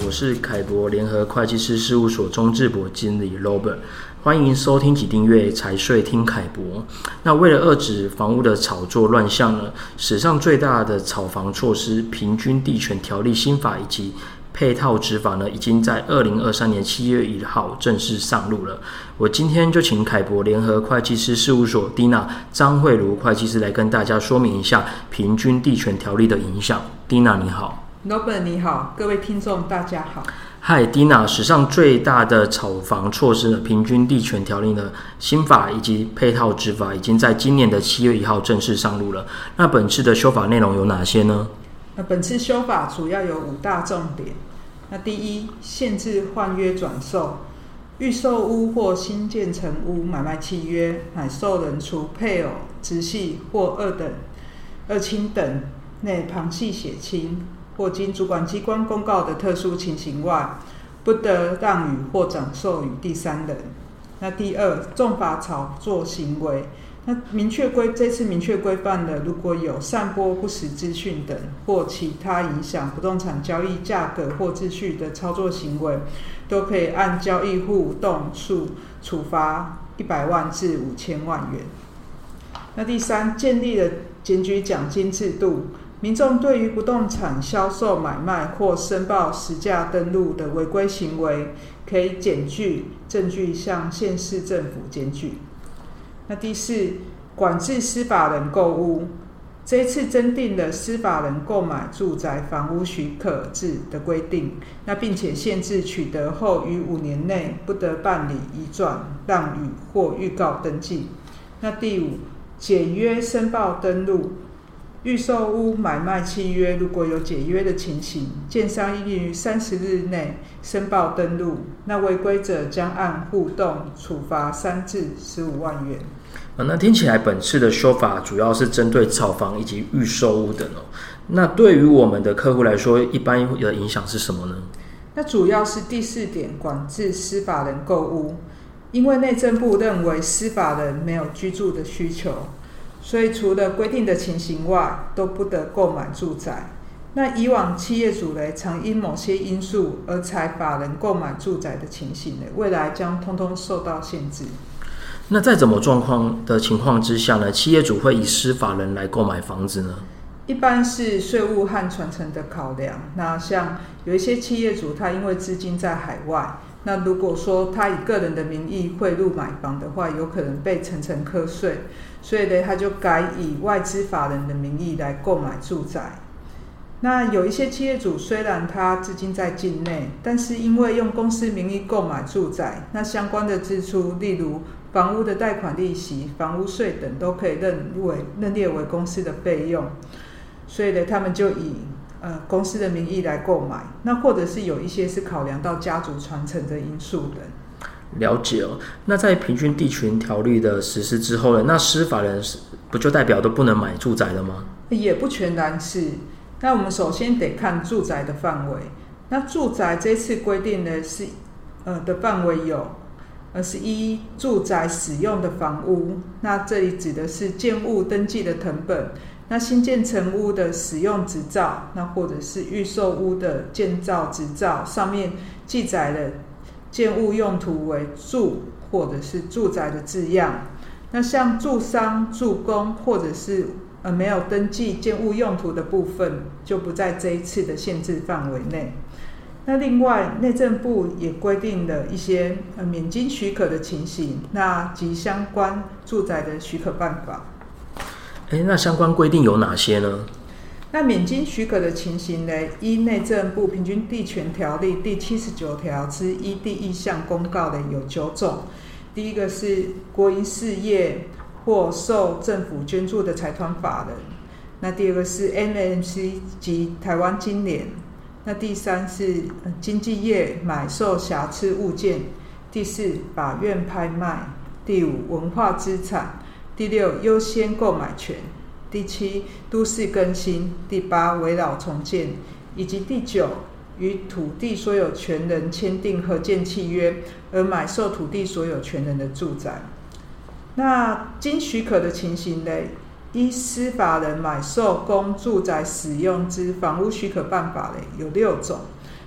我是凯博联合会计师事务所钟志博经理 Robert， 欢迎收听及订阅财税听凯博。那为了遏止房屋的炒作乱象呢，史上最大的炒房措施平均地权条例新法以及配套执法呢，已经在2023年7月1号正式上路了。我今天就请凯博联合会计师事务所 Dina 张慧茹会计师来跟大家说明一下平均地权条例的影响。Dina 你好。 Robert 你好，各位听众大家好。 嗨 Dina， 史上最大的炒房措施呢，平均地权条例的新法以及配套执法已经在今年的7月1号正式上路了。那本次的修法内容有哪些呢？ 本次修法主要有5大重点。那第一，限制换约转售，预售屋或新建成屋买卖契约，买受人除配偶、直系或二亲等内旁系血亲，或经主管机关公告的特殊情形外，不得让与或转售与第三人。那第二，重罚炒作行为。那这次明确规范了，如果有散播不实资讯等或其他影响不动产交易价格或秩序的操作行为，都可以按交易互动数处罚100万至5000万元。那第三，建立了检举奖金制度，民众对于不动产销售买卖或申报实价登录的违规行为，可以检具证据向县市政府检举。那第四，管制私法人购屋，这一次增订了私法人购买住宅房屋许可制的规定，那并且限制取得后于5年内不得办理移转、让与或预告登记。那第五，解约申报登录，预售屋买卖契约如果有解约的情形，建商应于30日内申报登录，那违规者将按互动处罚3至15万元。 那听起来本次的修法主要是针对炒房以及预售屋等哦。那对于我们的客户来说，一般的影响是什么呢？ 那主要是第4点，管制私法人购屋。因为内政部认为私法人没有居住的需求，所以除了规定的情形外，都不得购买住宅。那以往企业主常因某些因素而采法人购买住宅的情形，未来将通通受到限制。 那在怎么状况的情况之下呢，企业主会以私法人来购买房子呢？ 一般是税务和传承的考量。那像有一些企业主，他因为资金在海外，那如果说他以个人的名义汇入买房的话，有可能被层层课税，所以他就改以外资法人的名义来购买住宅。那有一些企业主虽然他资金在境内，但是因为用公司名义购买住宅，那相关的支出，例如房屋的贷款利息、房屋税等，都可以认列为公司的费用，所以他们就以公司的名义来购买。那或者是有一些是考量到家族传承的因素等。 了解哦。那在平均地权条例的实施之后呢，那私法人不就代表都不能买住宅了吗？ 也不全然是。那我们首先得看住宅的范围。那住宅这次规定的是的范围有是依住宅使用的房屋，那这里指的是建物登记的誊本，那新建成屋的使用执照，那或者是预售屋的建造执照，上面记载了建物用途为住或者是住宅的字样。那像住商、住工或者是没有登记建物用途的部分，就不在这一次的限制范围内。那另外，内政部也规定了一些免经许可的情形，那及相关住宅的许可办法。 那相关规定有哪些呢？ 那免经许可的情形呢，依内政部平均地权条例第79条之一第1项公告的有9种。第一个是国营事业或受政府捐助的财团法人。那第二个是 MMC 及台湾金联。那第三是经纪业买受瑕疵物件。第四，法院拍卖。第五，文化资产。第六，优先购买权。第七，都市更新。第八，围绕重建。以及第九，与土地所有权人签订合建契约而买受土地所有权人的住宅。那经许可的情形呢，依私法人买受供住宅使用之房屋许可办法有6种。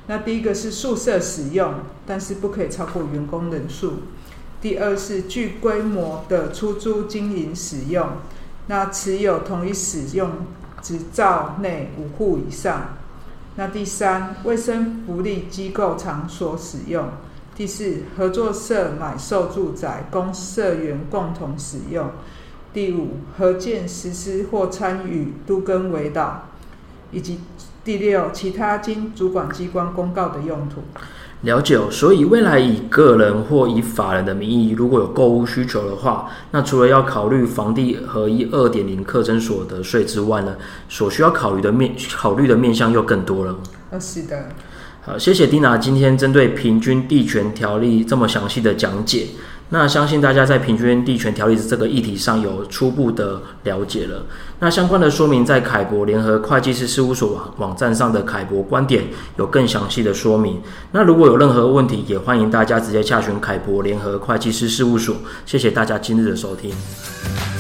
那第一个是宿舍使用，但是不可以超过员工人数。第二是具规模的出租经营使用，那持有同一使用执照内5户以上。那第三，卫生福利机构场所使用。第四，合作社买售住宅供社员共同使用。第五，合建实施或参与都更围岛，以及第六，其他经主管机关公告的用途。 了解哦，所以未来以个人或以法人的名义，如果有购屋需求的话，那除了要考虑房地合一 2.0 课征所得税之外呢，所需要考虑的面向又更多了。 是的。 好，谢谢 Dina 今天针对平均地权条例这么详细的讲解。那相信大家在平均地权条例这个议题上有初步的了解了。那相关的说明在凯博联合会计师事务所网站上的凯博观点有更详细的说明。那如果有任何问题，也欢迎大家直接洽询凯博联合会计师事务所。谢谢大家今日的收听。